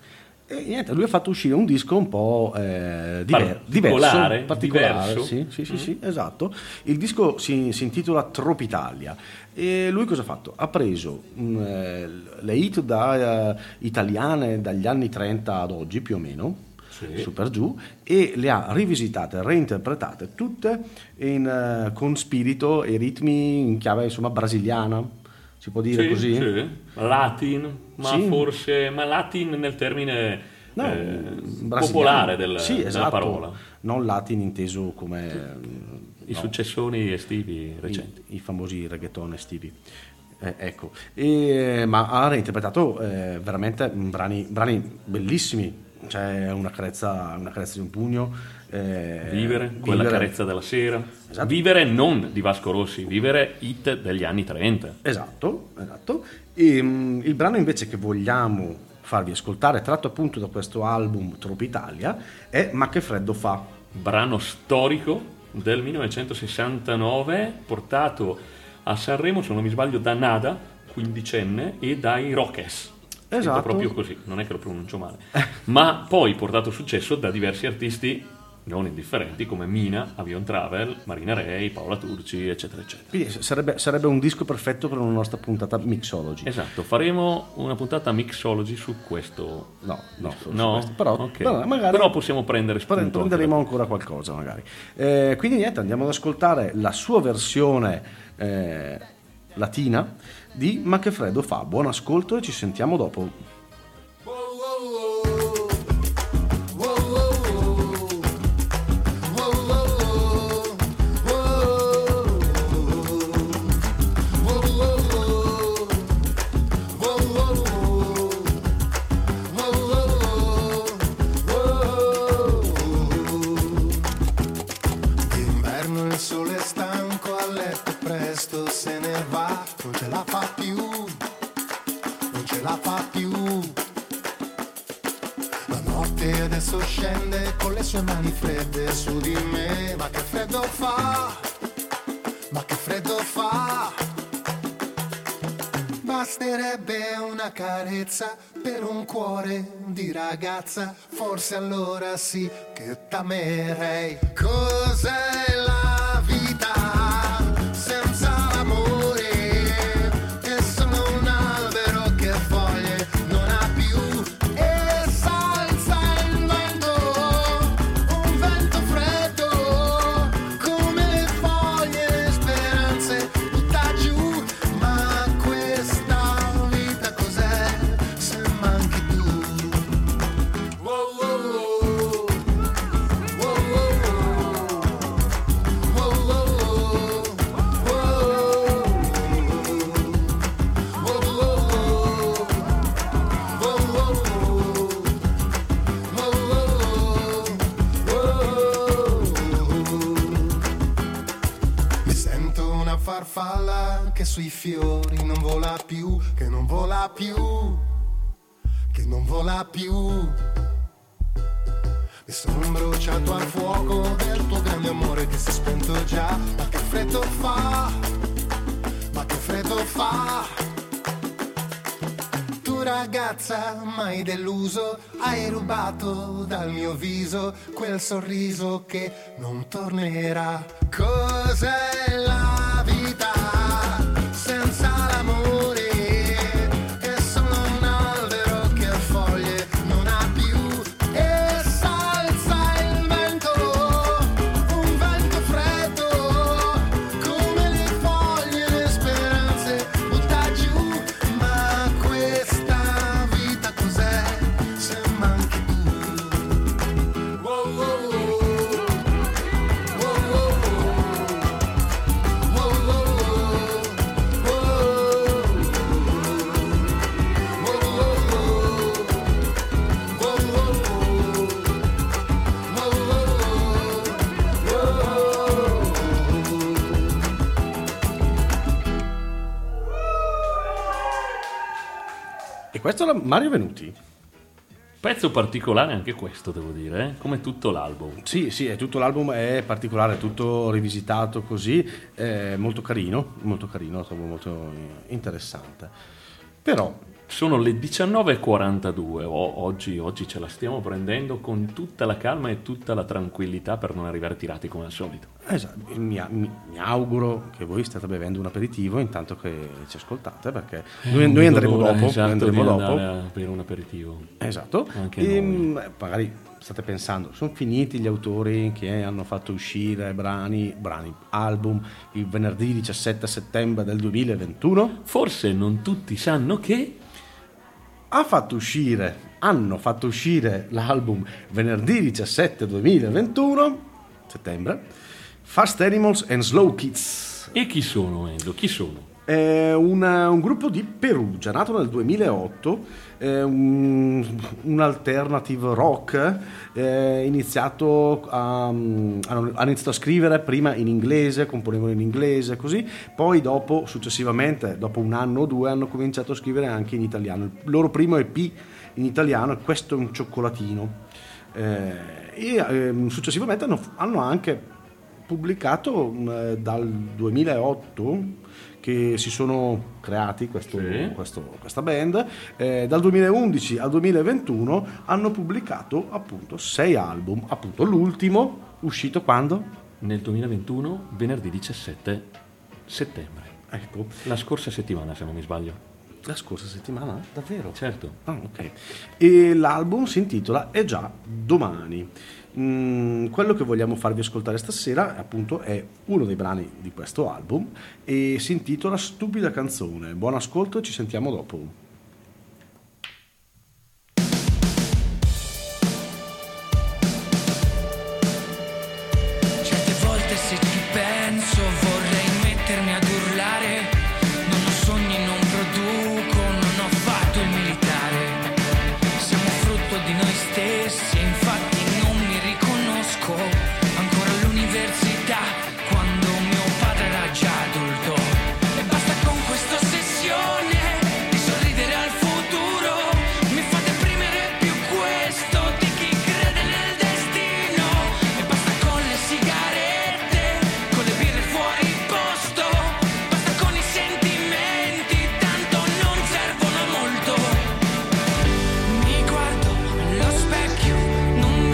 [SPEAKER 2] E niente, lui ha fatto uscire un disco un po'
[SPEAKER 4] particolare.
[SPEAKER 2] Diverso. Sì, esatto. Il disco si intitola Tropitalia. E lui cosa ha fatto? Ha preso le hit italiane dagli anni 30 ad oggi più o meno, su per giù, e le ha rivisitate, reinterpretate tutte con spirito e ritmi in chiave insomma brasiliana. Si può dire così?
[SPEAKER 4] Sì. Latin, ma Latin nel termine popolare della parola.
[SPEAKER 2] Non Latin inteso come
[SPEAKER 4] i successoni estivi recenti.
[SPEAKER 2] I famosi reggaeton estivi. Ecco. Ma ha reinterpretato veramente brani bellissimi. C'è una carezza di un pugno.
[SPEAKER 4] Vivere, quella carezza della sera.
[SPEAKER 2] Esatto.
[SPEAKER 4] Vivere non di Vasco Rossi, vivere hit degli anni 30.
[SPEAKER 2] Esatto. E il brano invece che vogliamo farvi ascoltare, tratto appunto da questo album Tropitalia, è Ma che freddo fa.
[SPEAKER 4] Brano storico del 1969, portato a Sanremo, se non mi sbaglio, da Nada, quindicenne, e dai Rockes.
[SPEAKER 2] Esatto.
[SPEAKER 4] Proprio così, non è che lo pronuncio male. Ma poi portato successo da diversi artisti non indifferenti come Mina, Avion Travel, Marina Rey, Paola Turci, eccetera eccetera.
[SPEAKER 2] Quindi sarebbe un disco perfetto per una nostra puntata Mixology.
[SPEAKER 4] Esatto, faremo una puntata Mixology su questo.
[SPEAKER 2] No,
[SPEAKER 4] questo. Però possiamo prendere spunto.
[SPEAKER 2] Prenderemo ancora qualcosa magari. Quindi niente, andiamo ad ascoltare la sua versione latina di Ma che freddo fa. Buon ascolto e ci sentiamo dopo.
[SPEAKER 9] Scende con le sue mani fredde su di me. Ma che freddo fa, ma che freddo fa. Basterebbe una carezza per un cuore di ragazza. Forse allora sì che t'amerei. Cos'è la vita senza l'amore? È solo un albero che foglie non ha più. Farfalla che sui fiori non vola più, che non vola più, che non vola più. Mi sono bruciato al fuoco del tuo grande amore che si è spento già. Ma che freddo fa, ma che freddo fa. Tu ragazza mai deluso, hai rubato dal mio viso quel sorriso che non tornerà. Cos'è la vita senza l'amore? È solo un albero che ha foglie non ha più. E s'alza il vento, un vento freddo, come le foglie, le speranze butta giù. Ma questa vita cos'è se manchi tu? Wow, wow, wow.
[SPEAKER 2] E questo è Mario Venuti.
[SPEAKER 4] Pezzo particolare anche questo, devo dire, come tutto l'album.
[SPEAKER 2] Sì, è tutto l'album, è particolare, tutto rivisitato così, molto carino, trovo molto interessante. Però
[SPEAKER 4] Sono le 19:42, oggi ce la stiamo prendendo con tutta la calma e tutta la tranquillità per non arrivare tirati come al solito.
[SPEAKER 2] Esatto, mi auguro che voi state bevendo un aperitivo intanto che ci ascoltate, perché noi andremo dopo.
[SPEAKER 4] Esatto,
[SPEAKER 2] noi andremo dopo
[SPEAKER 4] a bere un aperitivo.
[SPEAKER 2] Esatto, magari state pensando, sono finiti gli autori che hanno fatto uscire brani, album il venerdì 17 settembre del 2021?
[SPEAKER 4] Forse non tutti sanno che
[SPEAKER 2] hanno fatto uscire l'album venerdì 17 2021 settembre, Fast Animals and Slow Kids.
[SPEAKER 4] E chi sono, Enzo? Chi sono?
[SPEAKER 2] È un gruppo di Perugia, nato nel 2008, un alternative rock, iniziato hanno iniziato a scrivere prima in inglese, componevano in inglese, così, poi successivamente, dopo un anno o due, hanno cominciato a scrivere anche in italiano. Il loro primo EP in italiano è Questo è un cioccolatino, e successivamente hanno anche pubblicato dal 2008 che si sono creati questa band, dal 2011 al 2021 hanno pubblicato appunto 6 album, appunto l'ultimo uscito quando?
[SPEAKER 4] Nel 2021, venerdì 17 settembre.
[SPEAKER 2] Ecco.
[SPEAKER 4] La scorsa settimana, se non mi sbaglio.
[SPEAKER 2] La scorsa settimana? Davvero?
[SPEAKER 4] Certo.
[SPEAKER 2] Ah, ok. E l'album si intitola È già domani. Quello che vogliamo farvi ascoltare stasera appunto è uno dei brani di questo album e si intitola Stupida canzone. Buon ascolto e ci sentiamo dopo.
[SPEAKER 10] Certe volte se ci penso vorrei mettermi ad urlare. Non ho sogni, non produco, non ho fatto il militare. Siamo frutto di noi stessi, infatti ancora all'università quando mio padre era già adulto. E basta con questa ossessione di sorridere al futuro. Mi fa deprimere più questo di chi crede nel destino. E basta con le sigarette, con le birre fuori posto. Basta con i sentimenti, tanto non servono molto. Mi guardo allo specchio, non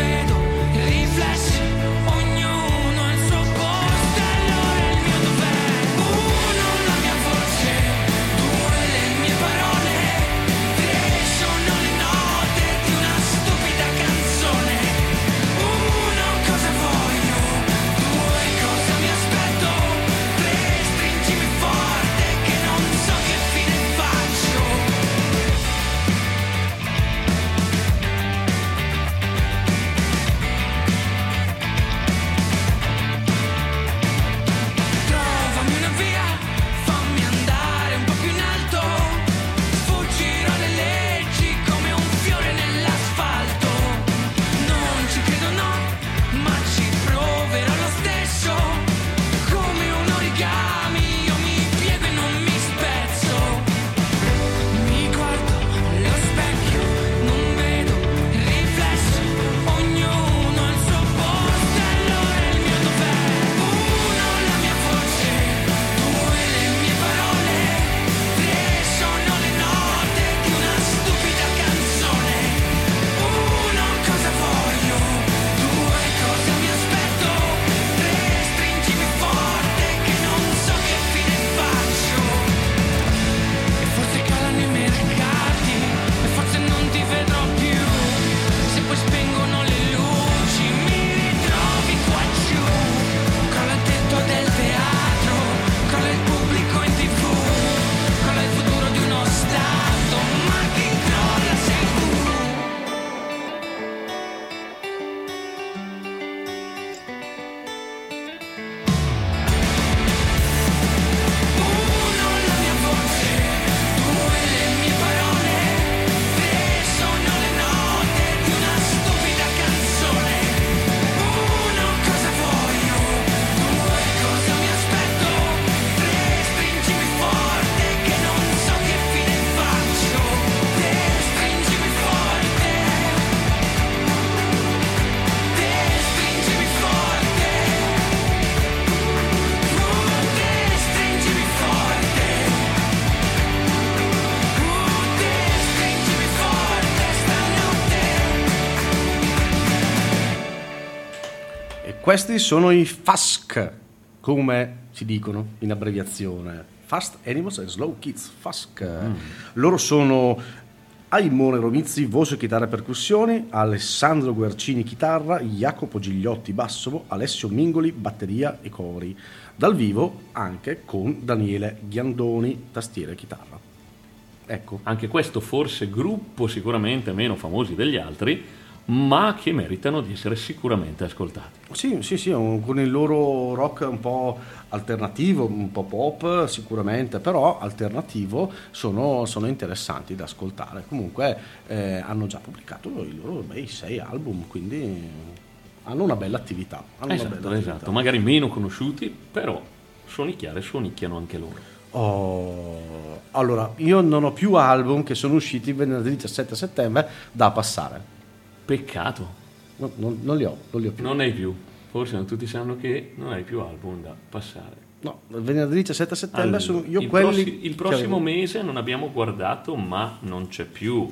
[SPEAKER 2] Questi sono i FASC, come si dicono in abbreviazione, Fast Animals and Slow Kids, FASC. Loro sono Aimone Romizzi, voce, chitarra e percussioni, Alessandro Guercini chitarra, Jacopo Gigliotti basso, Alessio Mingoli batteria e cori. Dal vivo anche con Daniele Ghiandoni tastiere e chitarra. Ecco,
[SPEAKER 4] anche questo forse gruppo sicuramente meno famosi degli altri, ma che meritano di essere sicuramente ascoltati.
[SPEAKER 2] Sì, con il loro rock un po' alternativo, un po' pop sicuramente, però alternativo, sono interessanti da ascoltare. Comunque hanno già pubblicato i loro 6 album, quindi hanno una bella attività.
[SPEAKER 4] Esatto, magari meno conosciuti, però suonicchiano anche loro.
[SPEAKER 2] Allora, io non ho più album che sono usciti venerdì 17 settembre da passare.
[SPEAKER 4] Peccato.
[SPEAKER 2] No, non li ho più.
[SPEAKER 4] Non ne hai più. Forse non tutti sanno che non hai più album da passare.
[SPEAKER 2] No, venerdì 17 settembre sono io
[SPEAKER 4] il prossimo mese non abbiamo guardato, ma non c'è più.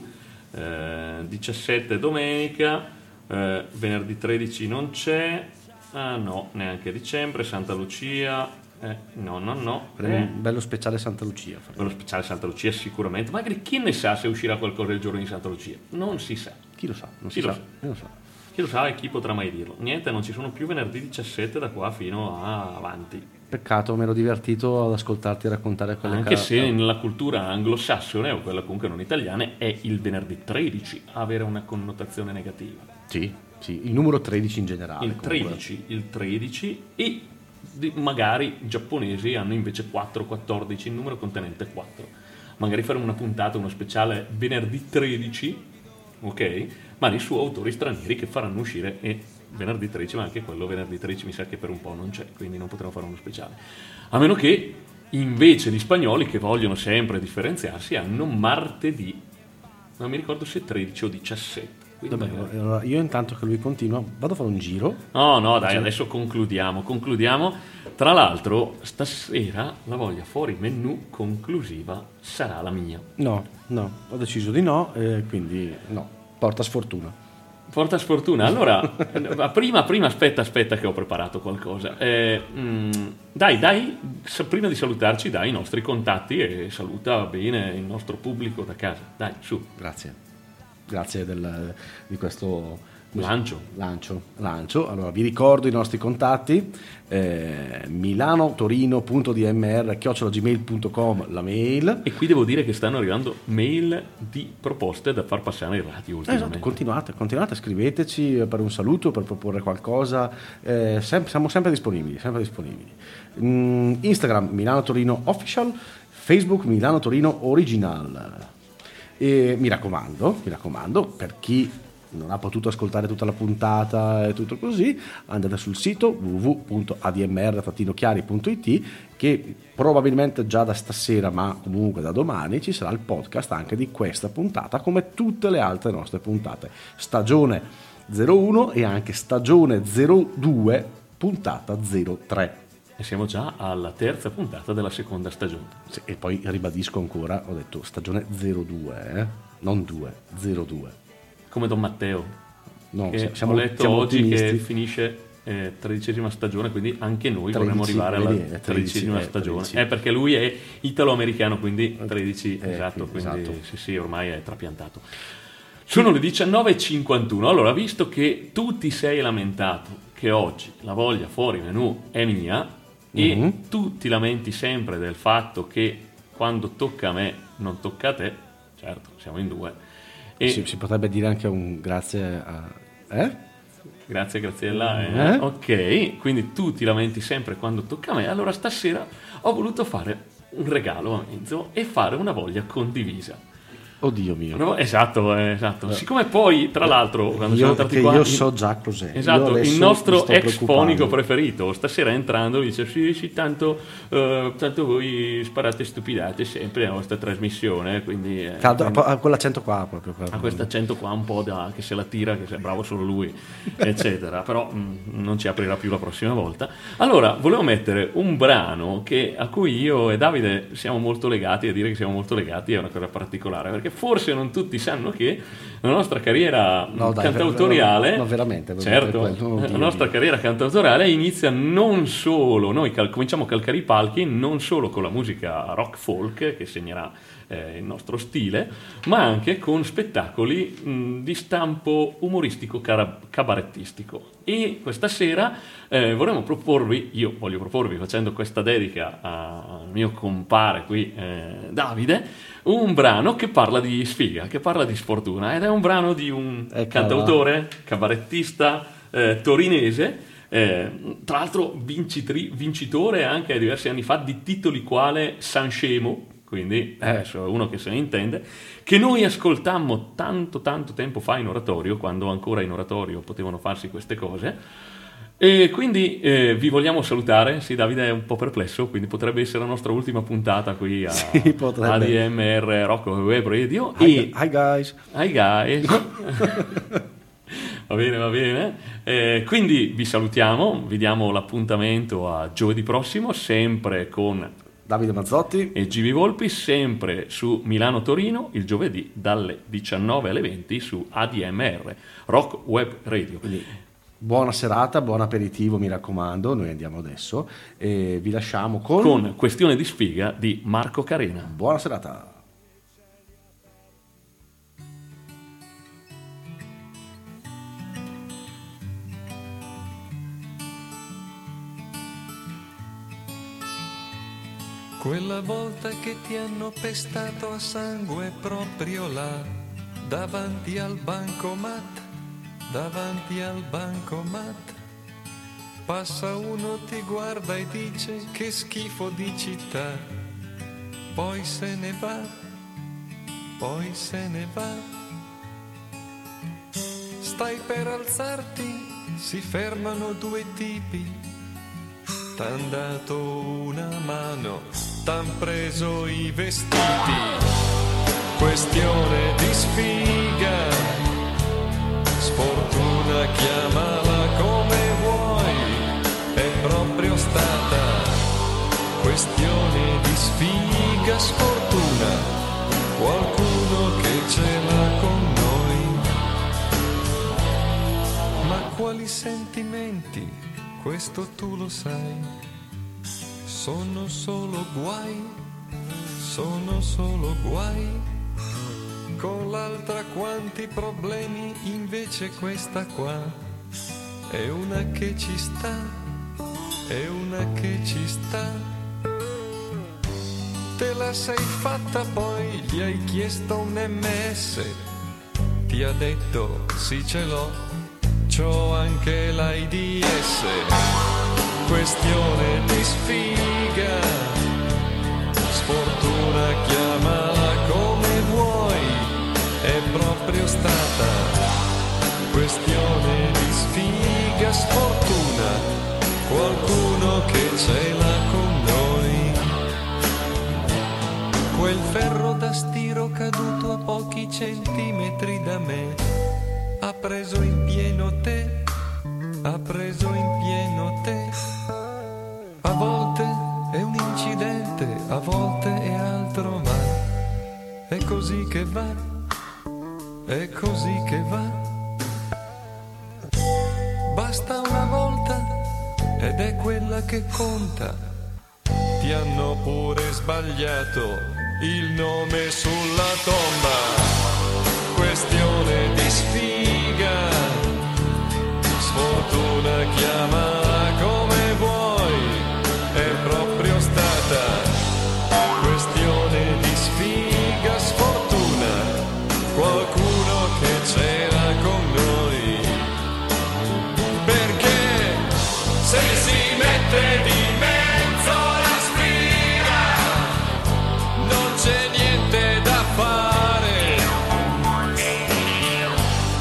[SPEAKER 4] 17 domenica, venerdì 13 non c'è, no, neanche dicembre, Santa Lucia. No.
[SPEAKER 2] Un bello speciale Santa Lucia.
[SPEAKER 4] Bello speciale Santa Lucia sicuramente. Magari chi ne sa se uscirà qualcosa il giorno di Santa Lucia? Non si sa.
[SPEAKER 2] Chi lo sa?
[SPEAKER 4] Chi lo sa e chi potrà mai dirlo? Niente, non ci sono più venerdì 17 da qua fino a avanti.
[SPEAKER 2] Peccato, mi ero divertito ad ascoltarti raccontare quelle
[SPEAKER 4] cose. Anche se nella cultura anglosassone, o quella comunque non italiana, è il venerdì 13 avere una connotazione negativa.
[SPEAKER 2] Sì, il numero 13 in generale.
[SPEAKER 4] Il 13 e magari i giapponesi hanno invece 4-14, il numero contenente 4. Magari faremo una puntata, uno speciale venerdì 13, ok? Ma di su autori stranieri che faranno uscire, e venerdì 13, ma anche quello venerdì 13 mi sa che per un po' non c'è, quindi non potremo fare uno speciale. A meno che invece gli spagnoli, che vogliono sempre differenziarsi, hanno martedì, non mi ricordo se 13 o 17.
[SPEAKER 2] Vabbè, allora io intanto che lui continua vado a fare un giro.
[SPEAKER 4] No, dai, adesso concludiamo. Tra l'altro stasera la voglia fuori menù conclusiva sarà la mia.
[SPEAKER 2] No, ho deciso di no, quindi no, porta sfortuna.
[SPEAKER 4] Allora, prima aspetta che ho preparato qualcosa. Dai, prima di salutarci dai i nostri contatti e saluta bene il nostro pubblico da casa. Dai, su.
[SPEAKER 2] Grazie di questo
[SPEAKER 4] lancio.
[SPEAKER 2] Allora vi ricordo i nostri contatti: milanotorino.dmr@gmail.com la mail.
[SPEAKER 4] E qui devo dire che stanno arrivando mail di proposte da far passare in radio ultimamente.
[SPEAKER 2] Esatto, continuate, scriveteci per un saluto, per proporre qualcosa, siamo sempre disponibili. Instagram Milano Torino Official, Facebook Milano Torino Original. E mi raccomando, per chi non ha potuto ascoltare tutta la puntata e tutto così, andate sul sito www.admr-chiari.it, che probabilmente già da stasera, ma comunque da domani, ci sarà il podcast anche di questa puntata, come tutte le altre nostre puntate, stagione 01 e anche stagione 02, puntata 03.
[SPEAKER 4] E siamo già alla terza puntata della seconda stagione.
[SPEAKER 2] Sì, e poi ribadisco ancora, ho detto stagione 02, non 2, 02.
[SPEAKER 4] Come Don Matteo.
[SPEAKER 2] No,
[SPEAKER 4] siamo oggi ottimisti. Che finisce 13ª stagione, quindi anche noi vorremmo arrivare alla 13ª stagione. 13. Perché lui è italo-americano, quindi 13, esatto, quindi esatto. Sì, ormai è trapiantato. Sono le 19:51. Allora, visto che tu ti sei lamentato che oggi la voglia fuori menù è mia, e tu ti lamenti sempre del fatto che quando tocca a me non tocca a te, certo, siamo in due. E
[SPEAKER 2] si potrebbe dire anche un grazie a...
[SPEAKER 4] Grazie Graziella. Ok, quindi tu ti lamenti sempre quando tocca a me, allora stasera ho voluto fare un regalo a Enzo e fare una voglia condivisa.
[SPEAKER 2] Oddio mio.
[SPEAKER 4] No, esatto. Siccome poi, tra l'altro, quando siamo entrati qua,
[SPEAKER 2] io so già cos'è.
[SPEAKER 4] Esatto, il nostro ex fonico preferito stasera entrando dice sì, tanto voi sparate stupidate sempre nella vostra trasmissione, quindi
[SPEAKER 2] a quell'accento qua proprio.
[SPEAKER 4] A questo accento qua un po' che se la tira, che è bravo solo lui, eccetera. Però non ci aprirà più la prossima volta. Allora, volevo mettere un brano a cui io e Davide siamo molto legati, e dire che siamo molto legati è una cosa particolare, perché forse non tutti sanno che la nostra carriera cantautoriale,
[SPEAKER 2] veramente,
[SPEAKER 4] certo, la nostra carriera cantautoriale inizia non solo, noi cominciamo a calcare i palchi non solo con la musica rock folk che segnerà il nostro stile, ma anche con spettacoli di stampo umoristico cabarettistico. E questa sera voglio proporvi, facendo questa dedica al mio compare qui Davide, un brano che parla di sfiga, che parla di sfortuna, ed è un brano di un cantautore, cabarettista torinese, tra l'altro vincitore anche diversi anni fa di titoli quale San Scemo, quindi uno che se ne intende, che noi ascoltammo tanto tempo fa in oratorio, quando ancora in oratorio potevano farsi queste cose. E quindi vi vogliamo salutare. Sì, Davide è un po' perplesso, quindi potrebbe essere la nostra ultima puntata qui a ADMR Rock Web Radio. Hi guys. Va bene. Quindi vi salutiamo, vi diamo l'appuntamento a giovedì prossimo, sempre con
[SPEAKER 2] Davide Mazzotti
[SPEAKER 4] e GB Volpi, sempre su Milano Torino, il giovedì dalle 19 alle 20 su ADMR Rock Web Radio.
[SPEAKER 2] Quindi, buona serata, buon aperitivo, mi raccomando. Noi andiamo adesso e vi lasciamo con
[SPEAKER 4] Questione di sfiga di Marco Carena.
[SPEAKER 2] Buona serata.
[SPEAKER 3] Quella volta che ti hanno pestato a sangue proprio là, davanti al bancomat, passa uno, ti guarda e dice che schifo di città, poi se ne va, stai per alzarti, si fermano due tipi, t'han dato una mano, t'han preso i vestiti, questione di sfiga, sfortuna, chiamala come vuoi, è proprio stata questione di sfiga, sfortuna, qualcuno che ce l'ha con noi. Ma quali sentimenti, questo tu lo sai, sono solo guai, con l'altra quanti problemi, invece questa qua è una che ci sta, te la sei fatta, poi gli hai chiesto un MS, ti ha detto sì ce l'ho, c'ho anche l'AIDS, questione di sfiga, sfortuna, chiamala come vuoi, è proprio stata questione di sfiga, sfortuna, qualcuno che ce l'ha con noi. Quel ferro da stiro caduto a pochi centimetri da me ha preso in pieno te, a volte è un incidente, a volte è altro, ma è così che va, basta una volta ed è quella che conta, ti hanno pure sbagliato il nome sulla tomba, questione di sfiga, sfortuna, chiamala come vuoi, è proprio stata questione di sfiga, sfortuna, qualcuno che c'era con noi, perché se si mette di mezzo la sfiga non c'è niente da fare,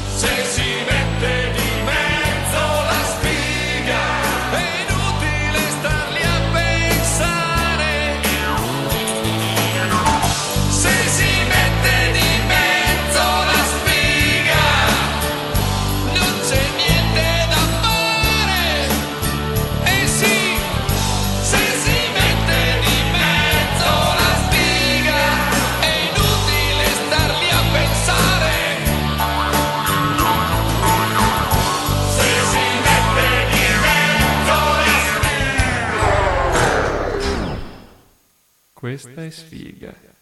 [SPEAKER 11] questa è sfiga.